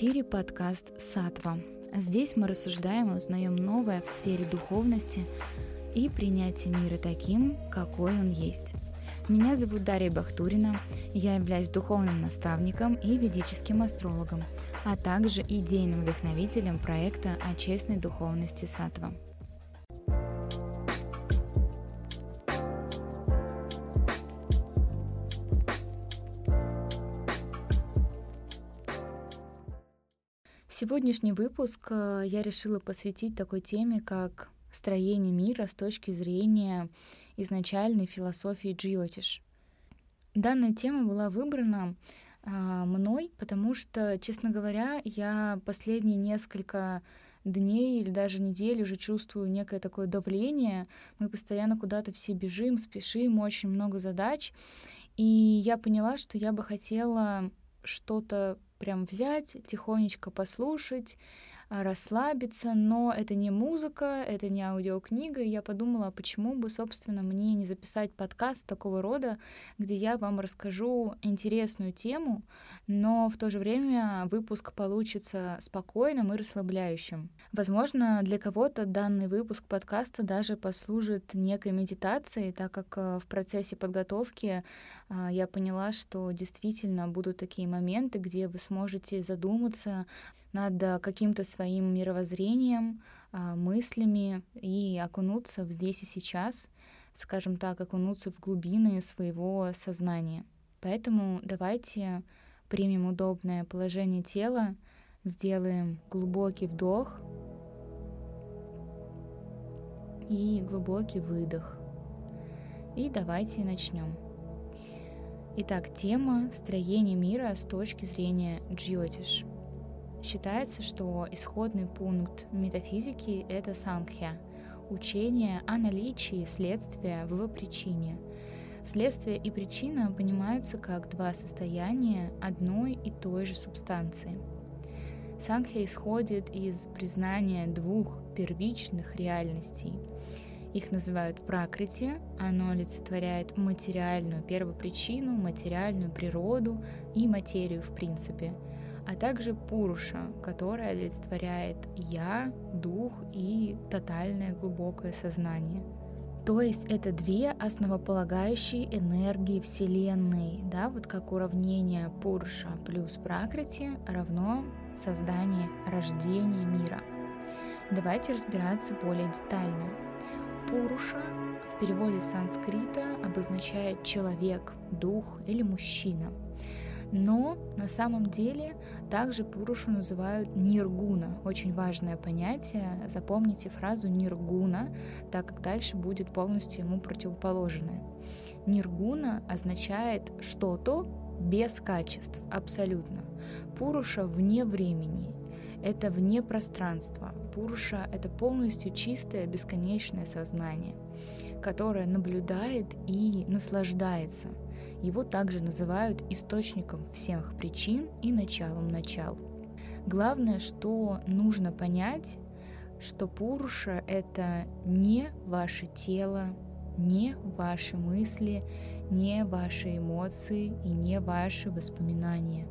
эфире подкаст «Саттва». Здесь мы рассуждаем и узнаем новое в сфере духовности и принятия мира таким, какой он есть. Меня зовут Дарья Бахтурина, я являюсь духовным наставником и ведическим астрологом, а также идейным вдохновителем проекта о честной духовности «Саттва». Сегодняшний выпуск я решила посвятить такой теме, как строение мира с точки зрения изначальной философии Джйотиш. Данная тема была выбрана мной, потому что, честно говоря, я последние несколько дней или даже недель уже чувствую некое такое давление. Мы постоянно куда-то все бежим, спешим, очень много задач. И я поняла, что я бы хотела что-то прям взять, тихонечко послушать, расслабиться, но это не музыка, это не аудиокнига, и я подумала, почему бы, собственно, мне не записать подкаст такого рода, где я вам расскажу интересную тему, но в то же время выпуск получится спокойным и расслабляющим. Возможно, для кого-то данный выпуск подкаста даже послужит некой медитацией, так как в процессе подготовки я поняла, что действительно будут такие моменты, где вы сможете задуматься над каким-то своим мировоззрением, мыслями и окунуться в здесь и сейчас, скажем так, окунуться в глубины своего сознания. Поэтому давайте примем удобное положение тела, сделаем глубокий вдох и глубокий выдох. И давайте начнем. Итак, тема строения мира с точки зрения Джйотиш. Считается, что исходный пункт метафизики — это Сангхья, учение о наличии следствия в причине. Следствие и причина понимаются как два состояния одной и той же субстанции. Сангхья исходит из признания двух первичных реальностей. Их называют пракрити, оно олицетворяет материальную первопричину, материальную природу и материю в принципе, а также пуруша, которая олицетворяет «я», «дух» и тотальное глубокое сознание. То есть это две основополагающие энергии Вселенной, да, вот как уравнение пуруша плюс пракрити равно создание, рождение мира. Давайте разбираться более детально. Пуруша в переводе с санскрита обозначает человек, дух или мужчина. Но на самом деле также пурушу называют ниргуна. Очень важное понятие. Запомните фразу ниргуна, так как дальше будет полностью ему противоположное. Ниргуна означает что-то без качеств, абсолютно. Пуруша вне времени. Это вне пространства. Пуруша — это полностью чистое, бесконечное сознание, которое наблюдает и наслаждается. Его также называют источником всех причин и началом начал. Главное, что нужно понять, что пуруша — это не ваше тело, не ваши мысли, не ваши эмоции и не ваши воспоминания.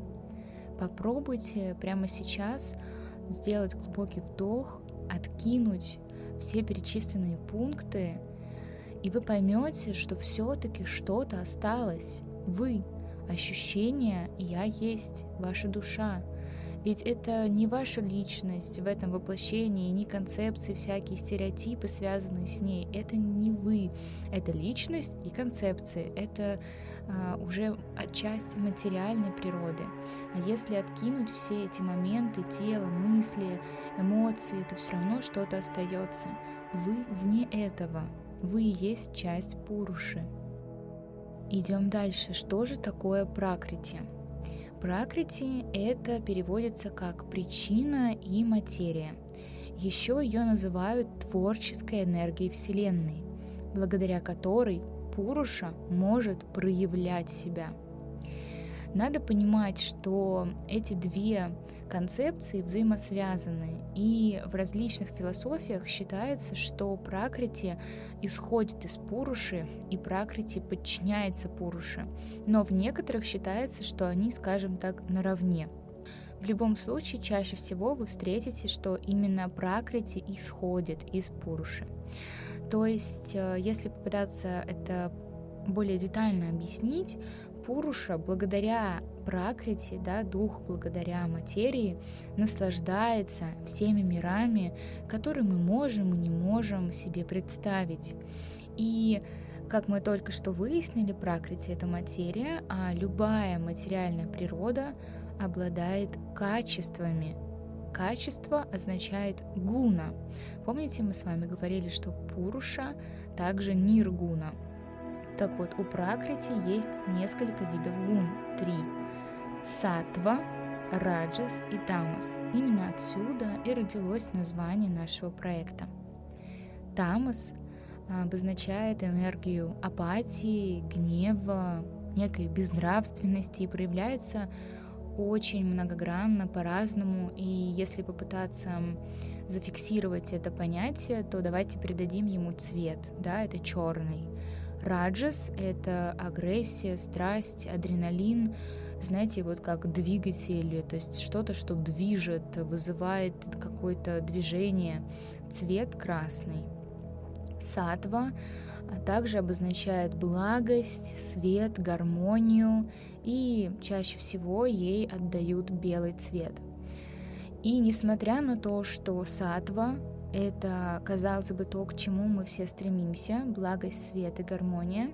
Попробуйте прямо сейчас сделать глубокий вдох, откинуть все перечисленные пункты, и вы поймете, что все-таки что-то осталось. Вы, ощущение «я есть», ваша душа. Ведь это не ваша личность в этом воплощении, не концепции, всякие стереотипы, связанные с ней. Это не вы. Это личность и концепции. Это уже часть материальной природы. А если откинуть все эти моменты, тело, мысли, эмоции, то все равно что-то остается. Вы вне этого. Вы и есть часть пуруши. Идем дальше. Что же такое пракрити? Пракрити — это переводится как причина и материя. Еще ее называют творческой энергией Вселенной, благодаря которой пуруша может проявлять себя. Надо понимать, что эти две концепции взаимосвязаны, и в различных философиях считается, что пракрити исходит из пуруши, и пракрити подчиняется пуруше, но в некоторых считается, что они, скажем так, наравне. В любом случае, чаще всего вы встретите, что именно Пракрити исходит из Пуруши. То есть, если попытаться это более детально объяснить, Пуруша благодаря Пракрити, дух благодаря материи, наслаждается всеми мирами, которые мы можем и не можем себе представить. И как мы только что выяснили, Пракрити — это материя, а любая материальная природа обладает качествами. Качество означает гуна. Помните, мы с вами говорили, что Пуруша также ниргуна. Так вот, у Пракрити есть несколько видов гун. 3. Саттва, Раджас и Тамас. Именно отсюда и родилось название нашего проекта. Тамас обозначает энергию апатии, гнева, некой безнравственности и проявляется очень многогранно, по-разному. И если попытаться зафиксировать это понятие, то давайте придадим ему цвет, это черный. Раджас — это агрессия, страсть, адреналин, знаете, вот как двигатель, то есть что-то, что движет, вызывает какое-то движение, цвет красный. Саттва также обозначает благость, свет, гармонию, и чаще всего ей отдают белый цвет. И несмотря на то, что саттва — это, казалось бы, то, к чему мы все стремимся, благость, свет и гармония,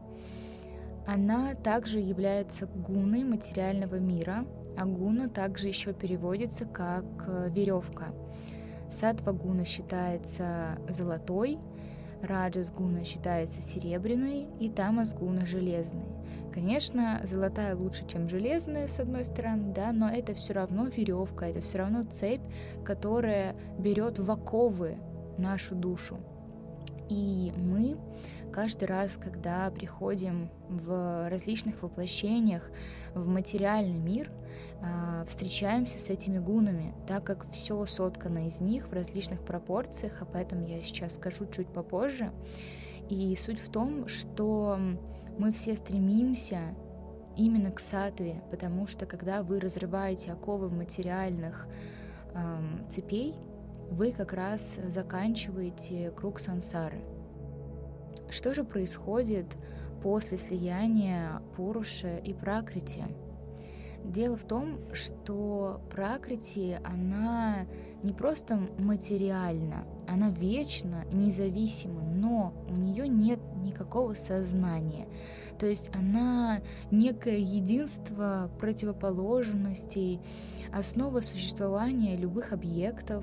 она также является гуной материального мира, а гуна также еще переводится как веревка. Саттва гуна считается золотой, раджас гуна считается серебряной и тамас гуна железной. Конечно, золотая лучше, чем железная, с одной стороны, но это все равно веревка, это все равно цепь, которая берет в оковы нашу душу. И мы каждый раз, когда приходим в различных воплощениях в материальный мир, встречаемся с этими гунами, так как все соткано из них в различных пропорциях, об этом я сейчас скажу чуть попозже. И суть в том, что мы все стремимся именно к саттве, потому что когда вы разрываете оковы материальных цепей, вы как раз заканчиваете круг сансары. Что же происходит после слияния Пуруши и Пракрити? Дело в том, что Пракрити, она не просто материальна, она вечна, независима, но у нее нет никакого сознания. То есть она некое единство противоположностей, основа существования любых объектов.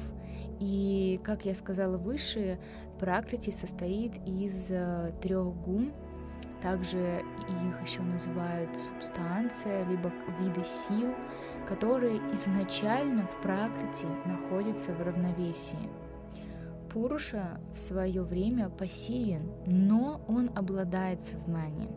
И, как я сказала выше, Пракрити состоит из 3 гун. Также их еще называют субстанция, либо виды сил, которые изначально в Пракрити находятся в равновесии. Пуруша в свое время пассивен, но он обладает сознанием.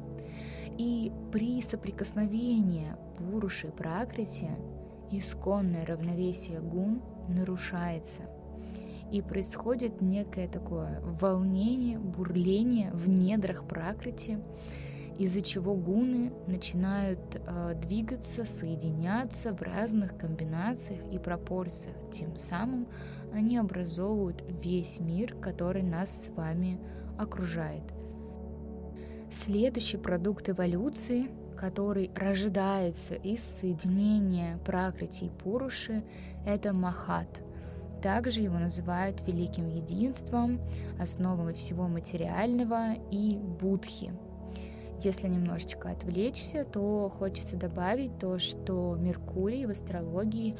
И при соприкосновении Пуруши и Пракрити исконное равновесие гун нарушается. И происходит некое такое волнение, бурление в недрах Пракрити, из-за чего гуны начинают двигаться, соединяться в разных комбинациях и пропорциях. Тем самым они образовывают весь мир, который нас с вами окружает. Следующий продукт эволюции, который рождается из соединения Пракрити и Пуруши, это Махат. Также его называют великим единством, основой всего материального, и Будхи. Если немножечко отвлечься, то хочется добавить то, что Меркурий в астрологии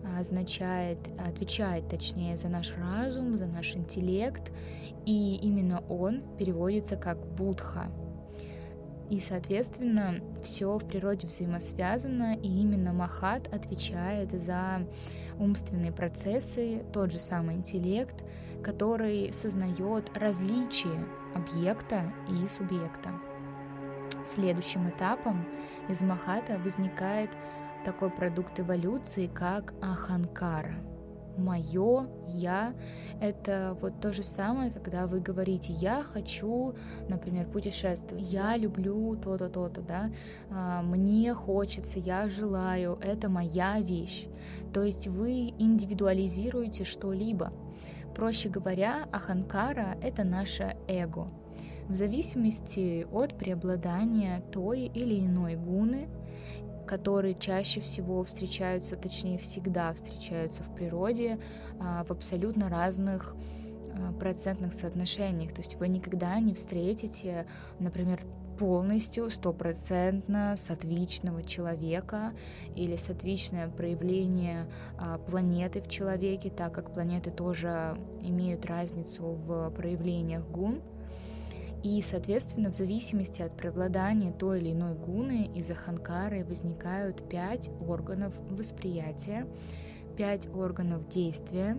отвечает за наш разум, за наш интеллект, и именно он переводится как Будха. И, соответственно, все в природе взаимосвязано, и именно Махат отвечает за умственные процессы, тот же самый интеллект, который сознает различие объекта и субъекта. Следующим этапом из Махата возникает такой продукт эволюции, как Аханкара. Мое, я, это вот то же самое, когда вы говорите: я хочу, например, путешествовать, я люблю то-то, то-то, да, мне хочется, я желаю, это моя вещь. То есть вы индивидуализируете что-либо. Проще говоря, аханкара — это наше эго. В зависимости от преобладания той или иной гуны, которые чаще всего встречаются, точнее всегда встречаются в природе в абсолютно разных процентных соотношениях. То есть вы никогда не встретите, например, полностью, стопроцентно сатвичного человека или сатвичное проявление планеты в человеке, так как планеты тоже имеют разницу в проявлениях гун. И, соответственно, в зависимости от преобладания той или иной гуны из аханкары возникают 5 органов восприятия, 5 органов действия,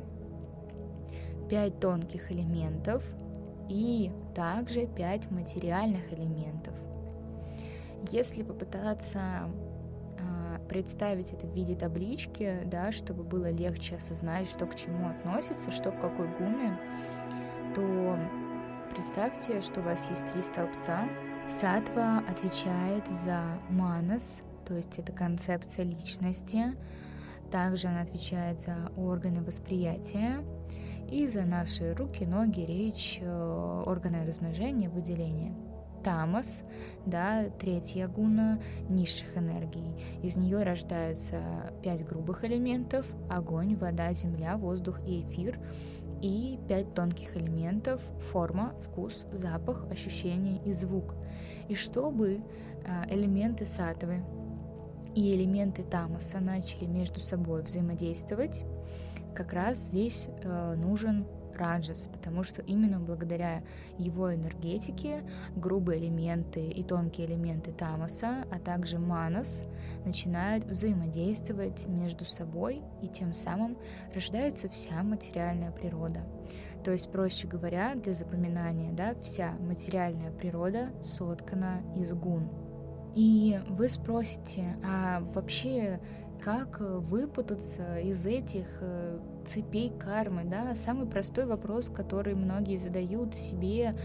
5 тонких элементов и также 5 материальных элементов. Если попытаться представить это в виде таблички, да, чтобы было легче осознать, что к чему относится, что к какой гуне, то представьте, что у вас есть 3 столбца. Саттва отвечает за манас, то есть это концепция личности. Также она отвечает за органы восприятия и за наши руки, ноги, речь, органы размножения, выделения. Тамас, да, 3-я гуна низших энергий. Из нее рождаются 5 грубых элементов: огонь, вода, земля, воздух и эфир. И 5 тонких элементов: форма, вкус, запах, ощущение и звук. И чтобы элементы саттвы и элементы тамаса начали между собой взаимодействовать, как раз здесь нужен раджас, потому что именно благодаря его энергетике грубые элементы и тонкие элементы тамаса, а также манас начинают взаимодействовать между собой, и тем самым рождается вся материальная природа. То есть, проще говоря, для запоминания, да, вся материальная природа соткана из гун. И вы спросите, а вообще как выпутаться из этих цепей кармы, да? Самый простой вопрос, который многие задают себе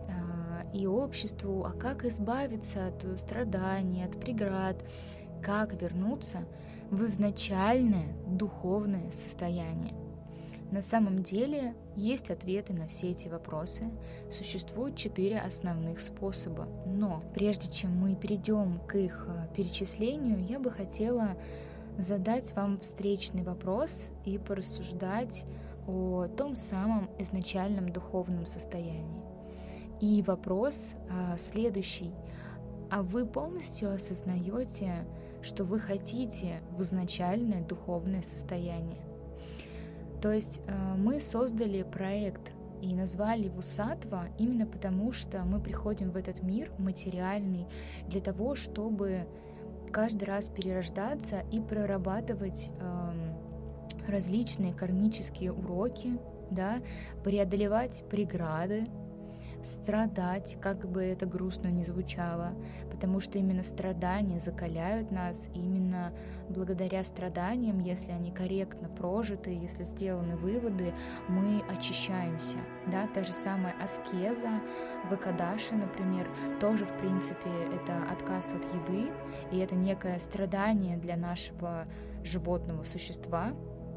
и обществу: а как избавиться от страданий, от преград, как вернуться в изначальное духовное состояние? На самом деле есть ответы на все эти вопросы. Существует 4 основных способа. Но прежде чем мы перейдем к их перечислению, я бы хотела задать вам встречный вопрос и порассуждать о том самом изначальном духовном состоянии. И вопрос следующий. А вы полностью осознаете, что вы хотите в изначальное духовное состояние? То есть мы создали проект и назвали его саттва именно потому, что мы приходим в этот мир материальный для того, чтобы каждый раз перерождаться и прорабатывать различные кармические уроки, да, преодолевать преграды, страдать, как бы это грустно ни звучало, потому что именно страдания закаляют нас, и именно благодаря страданиям, если они корректно прожиты, если сделаны выводы, мы очищаемся, да, та же самая аскеза в экадаши, например, тоже, в принципе, это отказ от еды, и это некое страдание для нашего животного существа,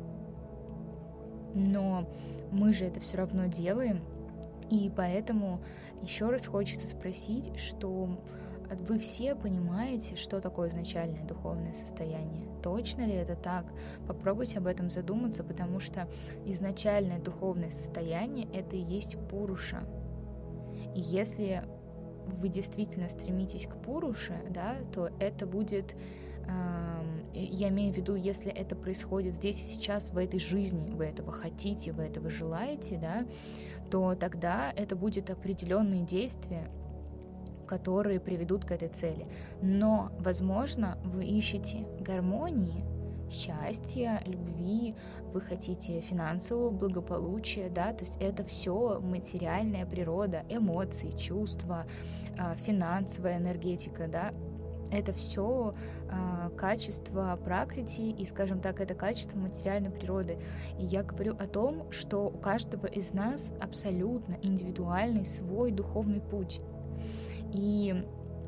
но мы же это все равно делаем. И поэтому еще раз хочется спросить, что вы все понимаете, что такое изначальное духовное состояние? Точно ли это так? Попробуйте об этом задуматься, потому что изначальное духовное состояние — это и есть пуруша. И если вы действительно стремитесь к пуруше, да, то это будет... Я имею в виду, если это происходит здесь и сейчас, в этой жизни, вы этого хотите, вы этого желаете, да, то тогда это будут определенные действия, которые приведут к этой цели. Но, возможно, вы ищете гармонии, счастья, любви, вы хотите финансового благополучия, да, то есть это все материальная природа, эмоции, чувства, финансовая энергетика, да. Это все качество пракрити и, скажем так, это качество материальной природы. И я говорю о том, что у каждого из нас абсолютно индивидуальный свой духовный путь. И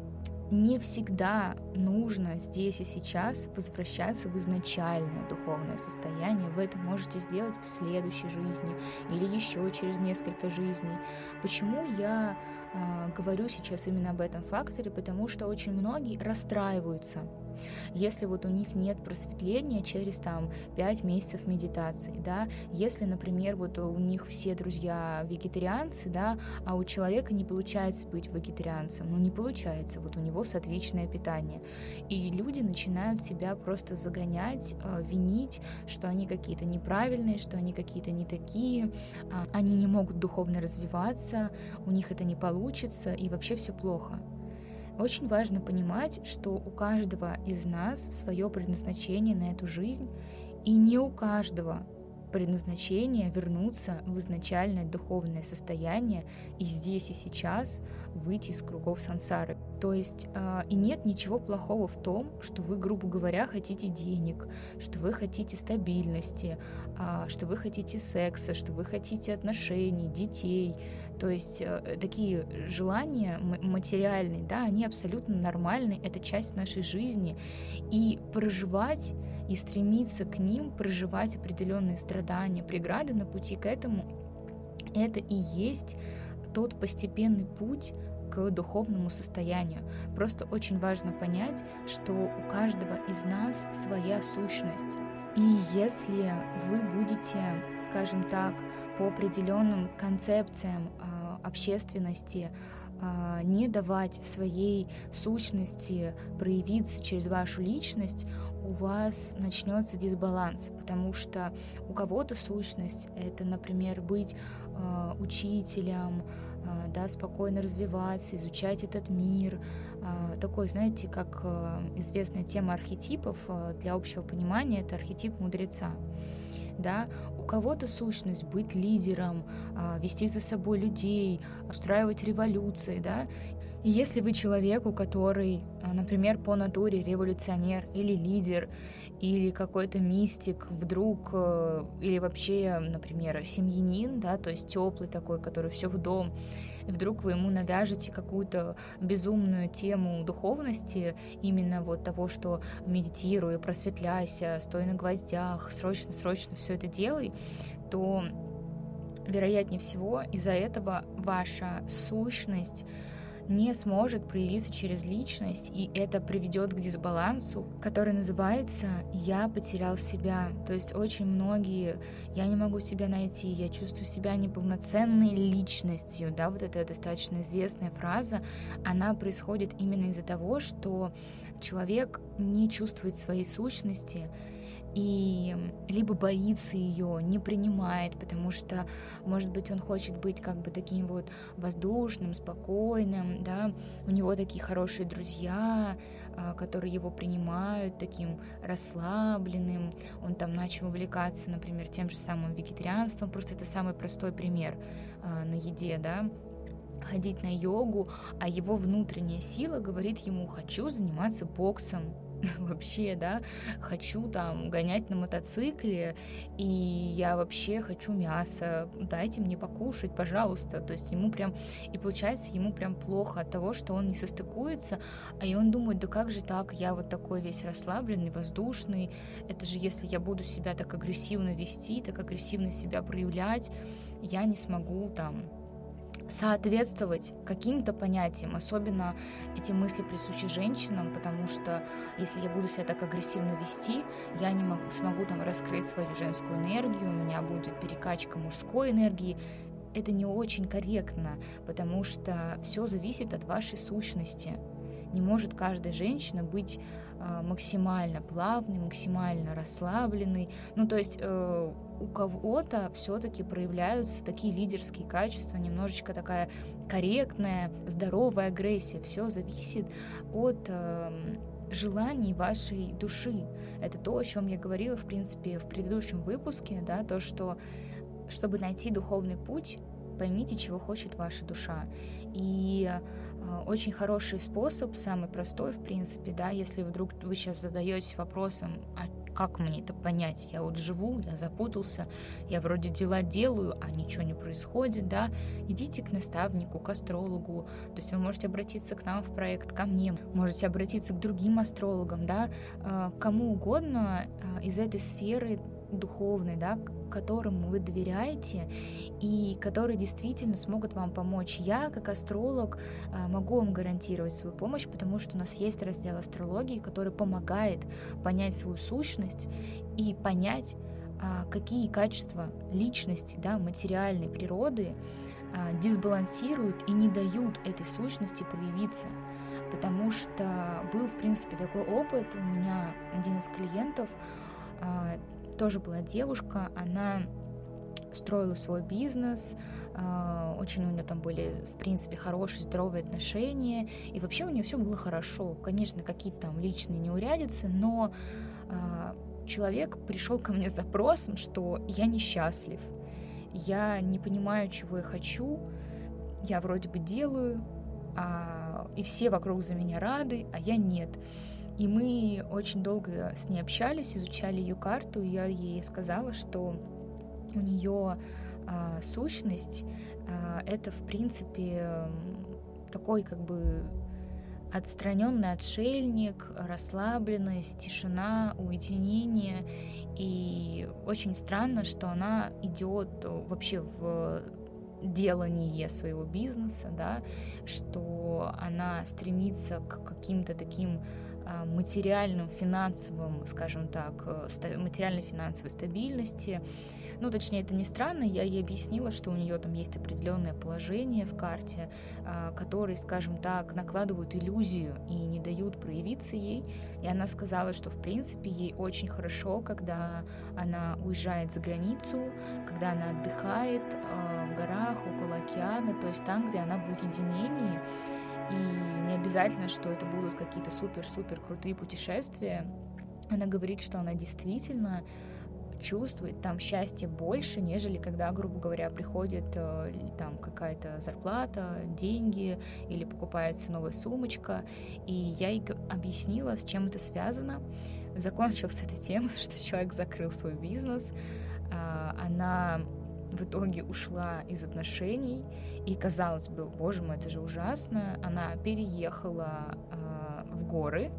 не всегда нужно здесь и сейчас возвращаться в изначальное духовное состояние. Вы это можете сделать в следующей жизни или еще через несколько жизней. Почему я говорю сейчас именно об этом факторе? Потому что очень многие расстраиваются, если вот у них нет просветления через 5 месяцев медитации, да, если, например, вот у них все друзья вегетарианцы, да, а у человека не получается быть вегетарианцем, не получается, вот у него сатвичное питание, и люди начинают себя просто загонять, винить, что они какие-то неправильные, что они какие-то не такие, они не могут духовно развиваться, у них это не получится, и вообще все плохо. Очень важно понимать, что у каждого из нас свое предназначение на эту жизнь, и не у каждого предназначение вернуться в изначальное духовное состояние и здесь и сейчас выйти из кругов сансары. То есть и нет ничего плохого в том, что вы, грубо говоря, хотите денег, что вы хотите стабильности, что вы хотите секса, что вы хотите отношений, детей. То есть такие желания материальные, да, они абсолютно нормальны, это часть нашей жизни. И проживать и стремиться к ним, проживать определенные страдания, преграды на пути к этому, это и есть тот постепенный путь к духовному состоянию. Просто очень важно понять, что у каждого из нас своя сущность. И если вы будете, скажем так, по определенным концепциям общественности не давать своей сущности проявиться через вашу личность, у вас начнется дисбаланс, потому что у кого-то сущность — это, например, быть учителем, да, спокойно развиваться, изучать этот мир. Такой, знаете, как известная тема архетипов, для общего понимания, это архетип мудреца. Да, у кого-то сущность быть лидером, вести за собой людей, устраивать революции, да. И если вы человеку, который, например, по натуре революционер или лидер, или какой-то мистик вдруг, или вообще, например, семьянин, да, то есть теплый такой, который все в дом, и вдруг вы ему навяжете какую-то безумную тему духовности, именно вот того, что медитируй, просветляйся, стой на гвоздях, срочно все это делай, то, вероятнее всего, из-за этого ваша сущность не сможет проявиться через личность, и это приведет к дисбалансу, который называется «я потерял себя». То есть очень многие «я не могу себя найти», «я чувствую себя неполноценной личностью». Да, вот эта достаточно известная фраза, она происходит именно из-за того, что человек не чувствует своей сущности, и либо боится ее, не принимает, потому что, может быть, он хочет быть как бы таким вот воздушным, спокойным, да, у него такие хорошие друзья, которые его принимают, таким расслабленным, он там начал увлекаться, например, тем же самым вегетарианством, просто это самый простой пример на еде, да, ходить на йогу, а его внутренняя сила говорит ему: хочу заниматься боксом, вообще, да, хочу там гонять на мотоцикле, и я вообще хочу мясо, дайте мне покушать, пожалуйста. То есть ему прям, и получается, ему прям плохо от того, что он не состыкуется, и он думает: да как же так, я вот такой весь расслабленный, воздушный, это же если я буду себя так агрессивно вести, так агрессивно себя проявлять, я не смогу там соответствовать каким-то понятиям, особенно эти мысли присущи женщинам, потому что если я буду себя так агрессивно вести, я не смогу там раскрыть свою женскую энергию, у меня будет перекачка мужской энергии. Это не очень корректно, потому что все зависит от вашей сущности. Не может каждая женщина быть максимально плавной, максимально расслабленной. Ну, то есть у кого-то все-таки проявляются такие лидерские качества, немножечко такая корректная, здоровая агрессия. Все зависит от желаний вашей души. Это то, о чем я говорила, в принципе, в предыдущем выпуске, да, то, что чтобы найти духовный путь, поймите, чего хочет ваша душа. И Очень хороший способ, самый простой, в принципе, да, если вдруг вы сейчас задаетесь вопросом, а как мне это понять? Я вот живу, я запутался, я вроде дела делаю, а ничего не происходит, да. Идите к наставнику, к астрологу, то есть вы можете обратиться к нам в проект, ко мне, можете обратиться к другим астрологам, да, кому угодно из этой сферы духовной, да, которым вы доверяете и которые действительно смогут вам помочь. Я, как астролог, могу вам гарантировать свою помощь, потому что у нас есть раздел астрологии, который помогает понять свою сущность и понять, какие качества личности, да, материальной природы дисбалансируют и не дают этой сущности проявиться. Потому что был, в принципе, такой опыт. У меня один из клиентов, тоже была девушка, она строила свой бизнес, очень у нее там были, в принципе, хорошие, здоровые отношения, и вообще у нее все было хорошо. Конечно, какие-то там личные неурядицы, но человек пришел ко мне с запросом, что я несчастлив, я не понимаю, чего я хочу, я вроде бы делаю, и все вокруг за меня рады, а я нет. И мы очень долго с ней общались, изучали ее карту, и я ей сказала, что у нее сущность это, в принципе, такой как бы отстраненный отшельник, расслабленность, тишина, уединение. И очень странно, что она идет вообще в делание своего бизнеса, да, что она стремится к каким-то таким материальным, финансовым, скажем так, материально-финансовой стабильности. Ну, точнее, это не странно, я ей объяснила, что у нее там есть определенное положение в карте, которые, скажем так, накладывают иллюзию и не дают проявиться ей. И она сказала, что, в принципе, ей очень хорошо, когда она уезжает за границу, когда она отдыхает в горах, около океана, то есть там, где она в уединении. И не обязательно, что это будут какие-то супер-супер крутые путешествия. Она говорит, что она действительно чувствует там счастье больше, нежели когда, грубо говоря, приходит там какая-то зарплата, деньги или покупается новая сумочка. И я ей объяснила, с чем это связано. Закончилась эта тема, что человек закрыл свой бизнес. Она в итоге ушла из отношений, и, казалось бы, боже мой, это же ужасно. Она переехала в горы,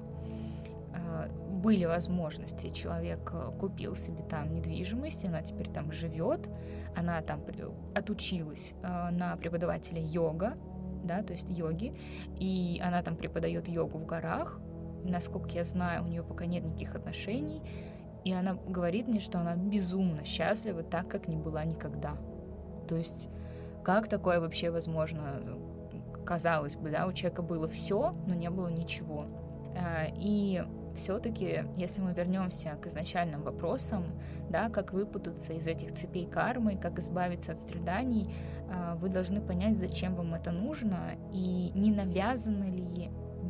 были возможности, человек купил себе там недвижимость, она теперь там живет, она там отучилась на преподавателя йога, да, то есть йоги, и она там преподает йогу в горах. Насколько я знаю, у нее пока нет никаких отношений. И она говорит мне, что она безумно счастлива, так, как не была никогда. То есть, как такое вообще возможно? Казалось бы, да, у человека было все, но не было ничего. И все-таки, если мы вернемся к изначальным вопросам, да, как выпутаться из этих цепей кармы, как избавиться от страданий, вы должны понять, зачем вам это нужно, и не навязанное ли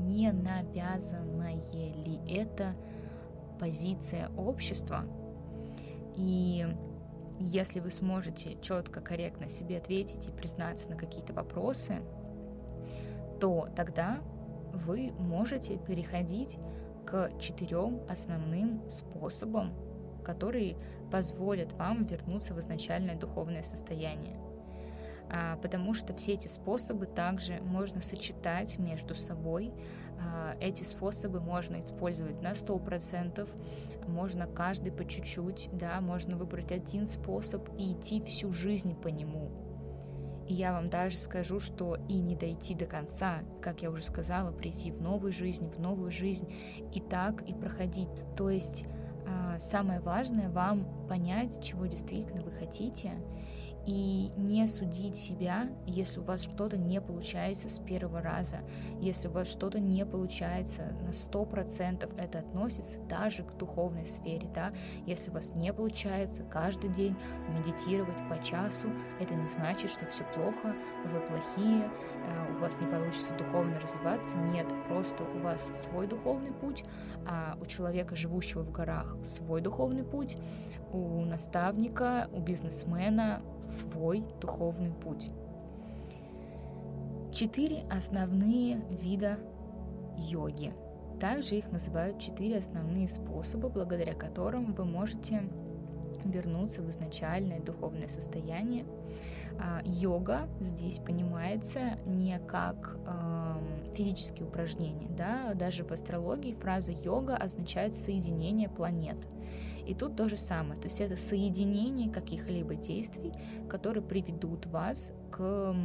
это позиция общества. И если вы сможете четко, корректно себе ответить и признаться на какие-то вопросы, то тогда вы можете переходить к 4 основным способам, которые позволят вам вернуться в изначальное духовное состояние. Потому что все эти способы также можно сочетать между собой. Эти способы можно использовать на 100%, можно каждый по чуть-чуть, да, можно выбрать один способ и идти всю жизнь по нему. И я вам даже скажу, что и не дойти до конца, как я уже сказала, прийти в новую жизнь, и так и проходить. То есть самое важное вам понять, чего действительно вы хотите, и не судить себя, если у вас что-то не получается с первого раза, если у вас что-то не получается на 100%, это относится даже к духовной сфере, да, если у вас не получается каждый день медитировать по часу, это не значит, что все плохо, вы плохие, у вас не получится духовно развиваться, нет, просто у вас свой духовный путь, а у человека, живущего в горах, свой духовный путь, у наставника, у бизнесмена свой духовный путь. 4 основные вида йоги. Также их называют 4 основные способа, благодаря которым вы можете вернуться в изначальное духовное состояние. Йога здесь понимается не как физические упражнения, да? Даже в астрологии фраза йога означает соединение планет. И тут то же самое, то есть это соединение каких-либо действий, которые приведут вас к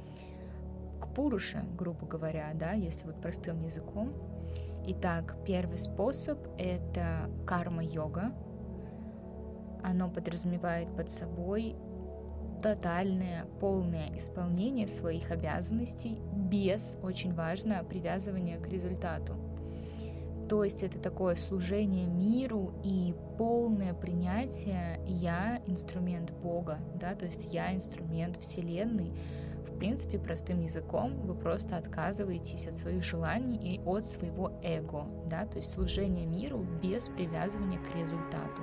Пуруше, грубо говоря, да, если вот простым языком. Итак, первый способ — это карма-йога. Оно подразумевает под собой тотальное, полное исполнение своих обязанностей без, очень важно, привязывания к результату. То есть это такое служение миру и полное принятие «я» — инструмент Бога, да, то есть «я» — инструмент Вселенной. В принципе, простым языком вы просто отказываетесь от своих желаний и от своего эго, да, то есть служение миру без привязывания к результату.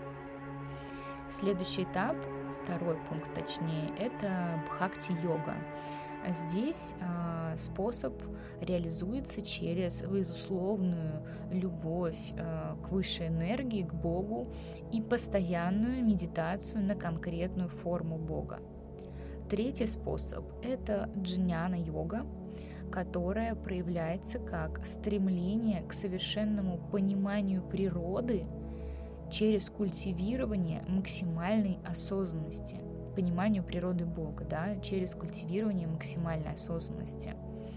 Следующий этап, второй пункт точнее, это бхакти-йога. Здесь способ реализуется через безусловную любовь к высшей энергии, к Богу и постоянную медитацию на конкретную форму Бога. Третий способ — это джняна-йога, которая проявляется как стремление к совершенному пониманию природы через культивирование максимальной осознанности, пониманию природы Бога, да, через культивирование максимальной осознанности.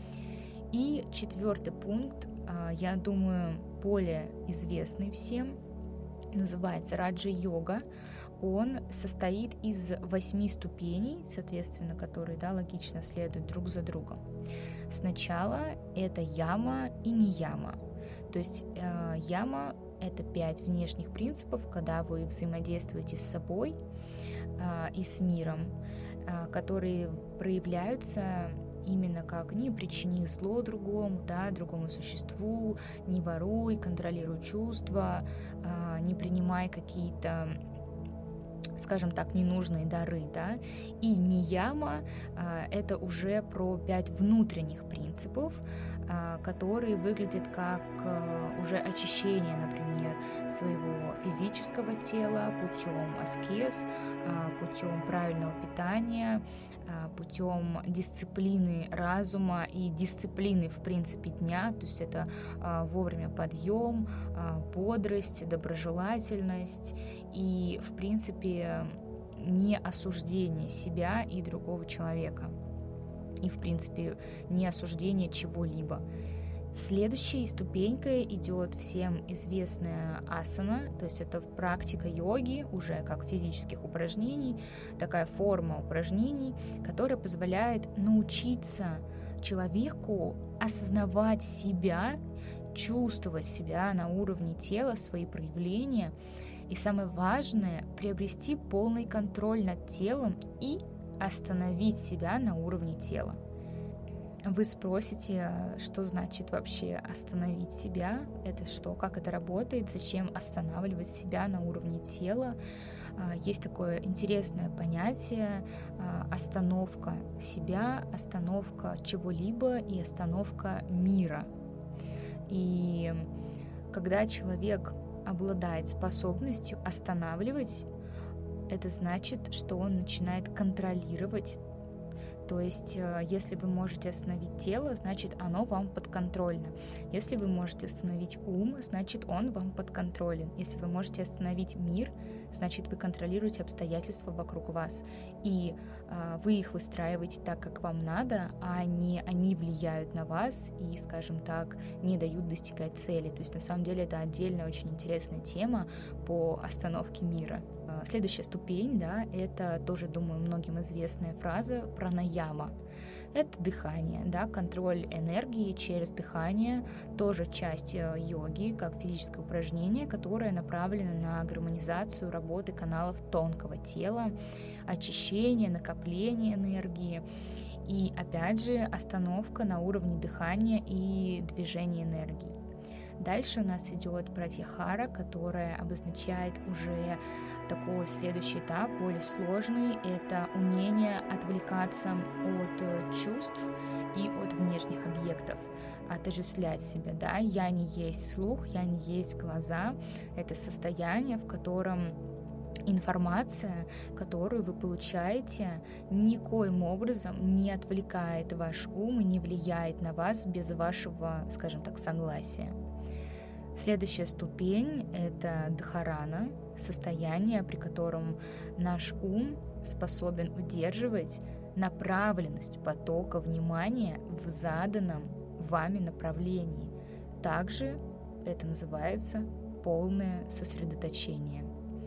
И четвертый пункт, я думаю, более известный всем, называется раджа-йога. Он состоит из 8 ступеней, соответственно, которые, да, логично следуют друг за другом. Сначала это яма и нияма. То есть яма — это 5 внешних принципов, когда вы взаимодействуете с собой и с миром, которые проявляются именно как «не причини зло другому», да, другому существу, «не воруй», «контролируй чувства», «не принимай какие-то, скажем так, ненужные дары», да, и нияма — это уже про 5 внутренних принципов, которые выглядят как уже очищение, например, своего физического тела путем аскез, путем правильного питания, путем дисциплины разума и дисциплины, в принципе, дня, то есть это вовремя подъем, бодрость, доброжелательность и, в принципе, не осуждение себя и другого человека, и, в принципе, не осуждение чего-либо. Следующей ступенькой идет всем известная асана, то есть это практика йоги, уже как физических упражнений, такая форма упражнений, которая позволяет научиться человеку осознавать себя, чувствовать себя на уровне тела, свои проявления, и самое важное — приобрести полный контроль над телом и остановить себя на уровне тела. Вы спросите, что значит вообще остановить себя? Это что? Как это работает? Зачем останавливать себя на уровне тела? Есть такое интересное понятие — остановка себя, остановка чего-либо и остановка мира. И когда человек обладает способностью останавливать, это значит, что он начинает контролировать. То есть, если вы можете остановить тело, значит, оно вам подконтрольно. Если вы можете остановить ум, значит, он вам подконтролен. Если вы можете остановить мир, значит, вы контролируете обстоятельства вокруг вас. И вы их выстраиваете так, как вам надо, а не они влияют на вас и, скажем так, не дают достигать цели. То есть, на самом деле, это отдельная очень интересная тема по остановке мира. Следующая ступень, да, это тоже, думаю, многим известная фраза пранаяма. Это дыхание, да, контроль энергии через дыхание, тоже часть йоги, как физическое упражнение, которое направлено на гармонизацию работы каналов тонкого тела, очищение, накопление энергии и, опять же, остановка на уровне дыхания и движения энергии. Дальше у нас идет пратьяхара, которая обозначает уже такой следующий этап, более сложный. Это умение отвлекаться от чувств и от внешних объектов, отождествлять себя, да, я не есть слух, я не есть глаза. Это состояние, в котором информация, которую вы получаете, никоим образом не отвлекает ваш ум и не влияет на вас без вашего, скажем так, согласия. Следующая ступень — это дхарана, состояние, при котором наш ум способен удерживать направленность потока внимания в заданном вами направлении. Также это называется полное сосредоточение.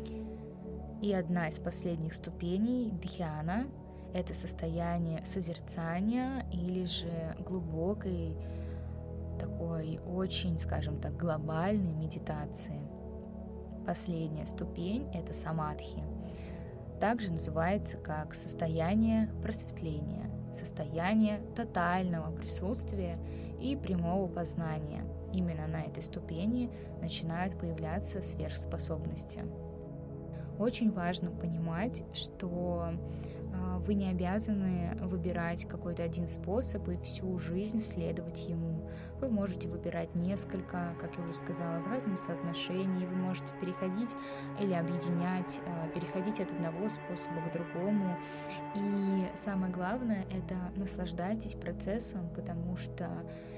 И одна из последних ступеней дхьяна — это состояние созерцания или же глубокой, такой очень, скажем так, глобальной медитации. Последняя ступень — это самадхи. Также называется как состояние просветления, состояние тотального присутствия и прямого познания. Именно на этой ступени начинают появляться сверхспособности. Очень важно понимать, что вы не обязаны выбирать какой-то один способ и всю жизнь следовать ему. Вы можете выбирать несколько, как я уже сказала, в разном соотношении. Вы можете переходить или объединять, переходить от одного способа к другому. И самое главное — это наслаждайтесь процессом, потому что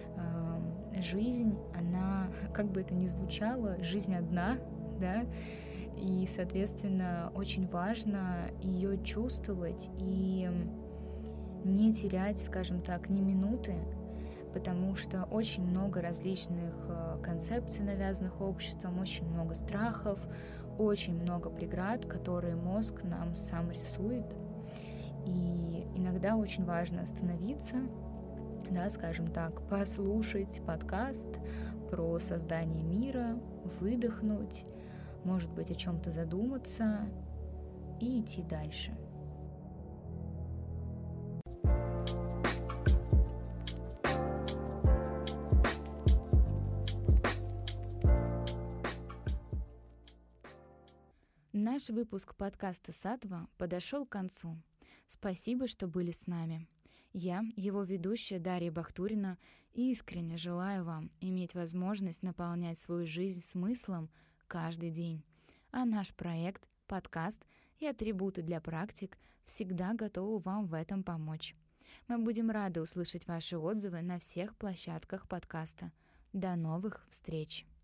жизнь, она, как бы это ни звучало, жизнь одна, да, и, соответственно, очень важно ее чувствовать и не терять, скажем так, ни минуты, потому что очень много различных концепций, навязанных обществом, очень много страхов, очень много преград, которые мозг нам сам рисует. И иногда очень важно остановиться, да, скажем так, послушать подкаст про создание мира, выдохнуть, может быть, о чем-то задуматься и идти дальше. Наш выпуск подкаста «Саттва» подошел к концу. Спасибо, что были с нами. Я, его ведущая Дарья Бахтурина, искренне желаю вам иметь возможность наполнять свою жизнь смыслом каждый день. А наш проект, подкаст и атрибуты для практик всегда готовы вам в этом помочь. Мы будем рады услышать ваши отзывы на всех площадках подкаста. До новых встреч!